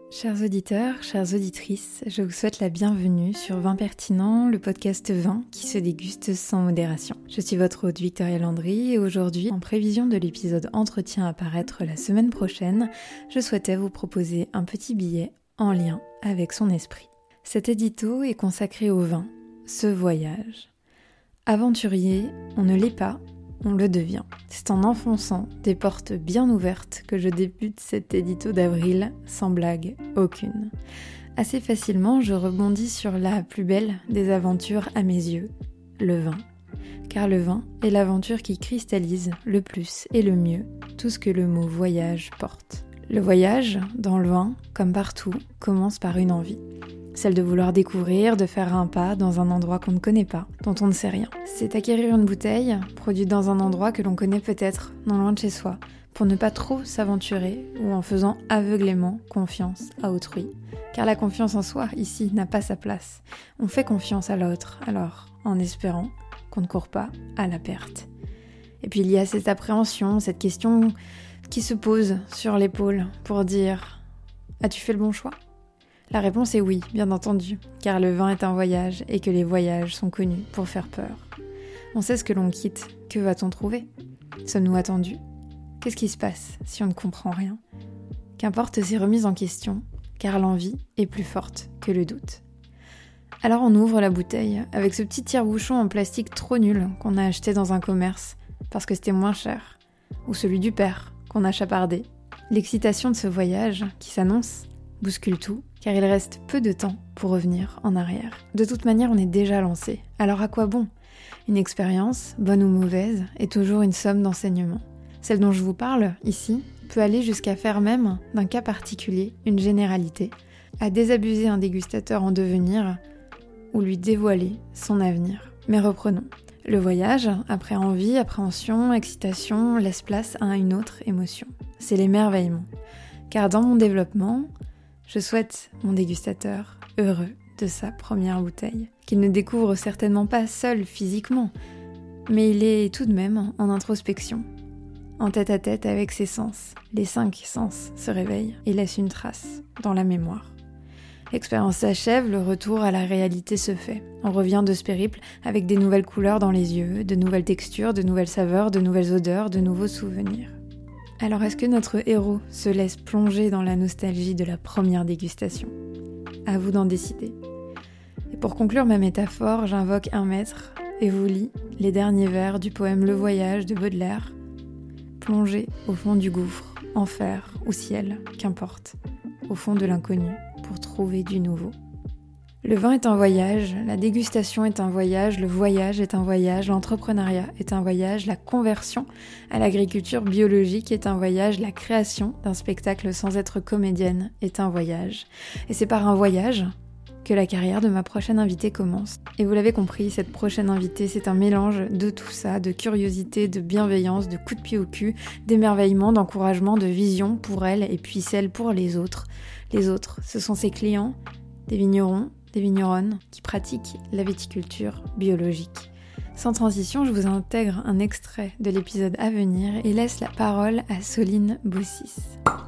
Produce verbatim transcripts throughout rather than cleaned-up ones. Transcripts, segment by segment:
Chers auditeurs, chères auditrices, je vous souhaite la bienvenue sur Vin Pertinent, le podcast vin qui se déguste sans modération. Je suis votre hôte Victoria Landry et aujourd'hui, en prévision de l'épisode Entretien à paraître la semaine prochaine, je souhaitais vous proposer un petit billet en lien avec son esprit. Cet édito est consacré au vin, ce voyage. Aventurier, on ne l'est pas, on le devient. C'est en enfonçant des portes bien ouvertes que je débute cet édito d'avril, sans blague aucune. Assez facilement, je rebondis sur la plus belle des aventures à mes yeux, le vin. Car le vin est l'aventure qui cristallise le plus et le mieux tout ce que le mot voyage porte. Le voyage, dans le vin, comme partout, commence par une envie. Celle de vouloir découvrir, de faire un pas dans un endroit qu'on ne connaît pas, dont on ne sait rien. C'est acquérir une bouteille, produite dans un endroit que l'on connaît peut-être, non loin de chez soi, pour ne pas trop s'aventurer ou en faisant aveuglément confiance à autrui. Car la confiance en soi, ici, n'a pas sa place. On fait confiance à l'autre, alors, en espérant qu'on ne court pas à la perte. Et puis il y a cette appréhension, cette question qui se pose sur l'épaule pour dire « As-tu fait le bon choix ?» La réponse est oui, bien entendu, car le vin est un voyage et que les voyages sont connus pour faire peur. On sait ce que l'on quitte, que va-t-on trouver ? Sommes-nous attendus ? Qu'est-ce qui se passe si on ne comprend rien ? Qu'importe ces remises en question, car l'envie est plus forte que le doute. Alors on ouvre la bouteille avec ce petit tire-bouchon en plastique trop nul qu'on a acheté dans un commerce parce que c'était moins cher, ou celui du père qu'on a chapardé. L'excitation de ce voyage qui s'annonce bouscule tout, car il reste peu de temps pour revenir en arrière. De toute manière, on est déjà lancé. Alors à quoi bon ? Une expérience, bonne ou mauvaise, est toujours une somme d'enseignements. Celle dont je vous parle, ici, peut aller jusqu'à faire même d'un cas particulier une généralité, à désabuser un dégustateur en devenir ou lui dévoiler son avenir. Mais reprenons. Le voyage, après envie, appréhension, excitation, laisse place à une autre émotion. C'est l'émerveillement. Car dans mon développement, je souhaite mon dégustateur heureux de sa première bouteille, qu'il ne découvre certainement pas seul physiquement, mais il est tout de même en introspection, en tête-à-tête avec ses sens. Les cinq sens se réveillent et laissent une trace dans la mémoire. L'expérience s'achève, le retour à la réalité se fait. On revient de ce périple avec des nouvelles couleurs dans les yeux, de nouvelles textures, de nouvelles saveurs, de nouvelles odeurs, de nouveaux souvenirs. Alors est-ce que notre héros se laisse plonger dans la nostalgie de la première dégustation ? À vous d'en décider. Et pour conclure ma métaphore, j'invoque un maître et vous lis les derniers vers du poème Le Voyage de Baudelaire. Plongez au fond du gouffre, enfer ou ciel, qu'importe, au fond de l'inconnu pour trouver du nouveau. Le vin est un voyage, la dégustation est un voyage, le voyage est un voyage, l'entrepreneuriat est un voyage, la conversion à l'agriculture biologique est un voyage, la création d'un spectacle sans être comédienne est un voyage. Et c'est par un voyage que la carrière de ma prochaine invitée commence. Et vous l'avez compris, cette prochaine invitée, c'est un mélange de tout ça, de curiosité, de bienveillance, de coups de pied au cul, d'émerveillement, d'encouragement, de vision pour elle et puis celle pour les autres. Les autres, ce sont ses clients, des vignerons, des vigneronnes qui pratiquent la viticulture biologique. Sans transition, je vous intègre un extrait de l'épisode à venir et laisse la parole à Soline Bossis.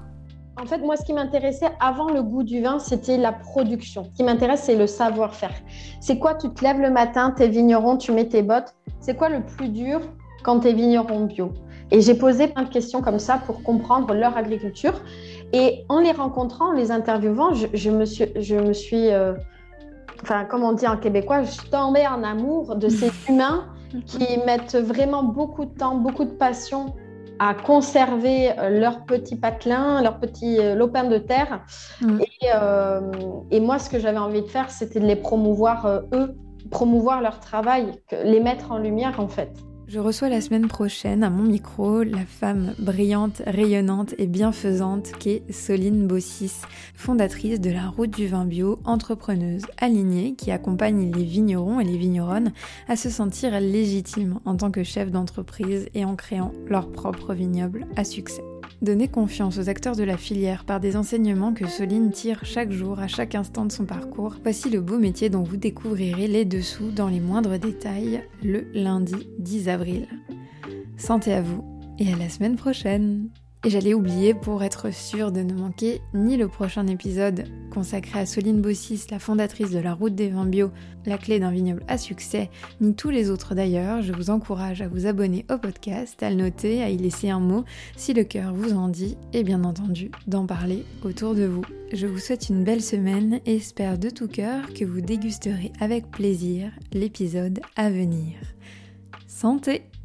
En fait, moi, ce qui m'intéressait avant le goût du vin, c'était la production. Ce qui m'intéresse, c'est le savoir-faire. C'est quoi, tu te lèves le matin, t'es vigneron, tu mets tes bottes. C'est quoi le plus dur quand t'es vigneron bio ? Et j'ai posé plein de questions comme ça pour comprendre leur agriculture. Et en les rencontrant, en les interviewant, je, je me suis... Je me suis euh, Enfin, comme on dit en québécois, je tombais en amour de ces humains qui mettent vraiment beaucoup de temps, beaucoup de passion à conserver leurs petits patelins, leurs petits lopins de terre. Mm. Et, euh, et moi, ce que j'avais envie de faire, c'était de les promouvoir, euh, eux, promouvoir leur travail, les mettre en lumière, en fait. Je reçois la semaine prochaine à mon micro la femme brillante, rayonnante et bienfaisante qu'est Soline Bossis, fondatrice de la Route du Vin Bio, entrepreneuse alignée qui accompagne les vignerons et les vigneronnes à se sentir légitimes en tant que chefs d'entreprise et en créant leur propre vignoble à succès. Donner confiance aux acteurs de la filière par des enseignements que Soline tire chaque jour, à chaque instant de son parcours, voici le beau métier dont vous découvrirez les dessous dans les moindres détails le lundi dix avril. Santé à vous et à la semaine prochaine. Et j'allais oublier pour être sûre de ne manquer ni le prochain épisode consacré à Soline Bossis, la fondatrice de la Route des Vins Bio, la clé d'un vignoble à succès, ni tous les autres d'ailleurs. Je vous encourage à vous abonner au podcast, à le noter, à y laisser un mot si le cœur vous en dit et bien entendu d'en parler autour de vous. Je vous souhaite une belle semaine et espère de tout cœur que vous dégusterez avec plaisir l'épisode à venir. Santé!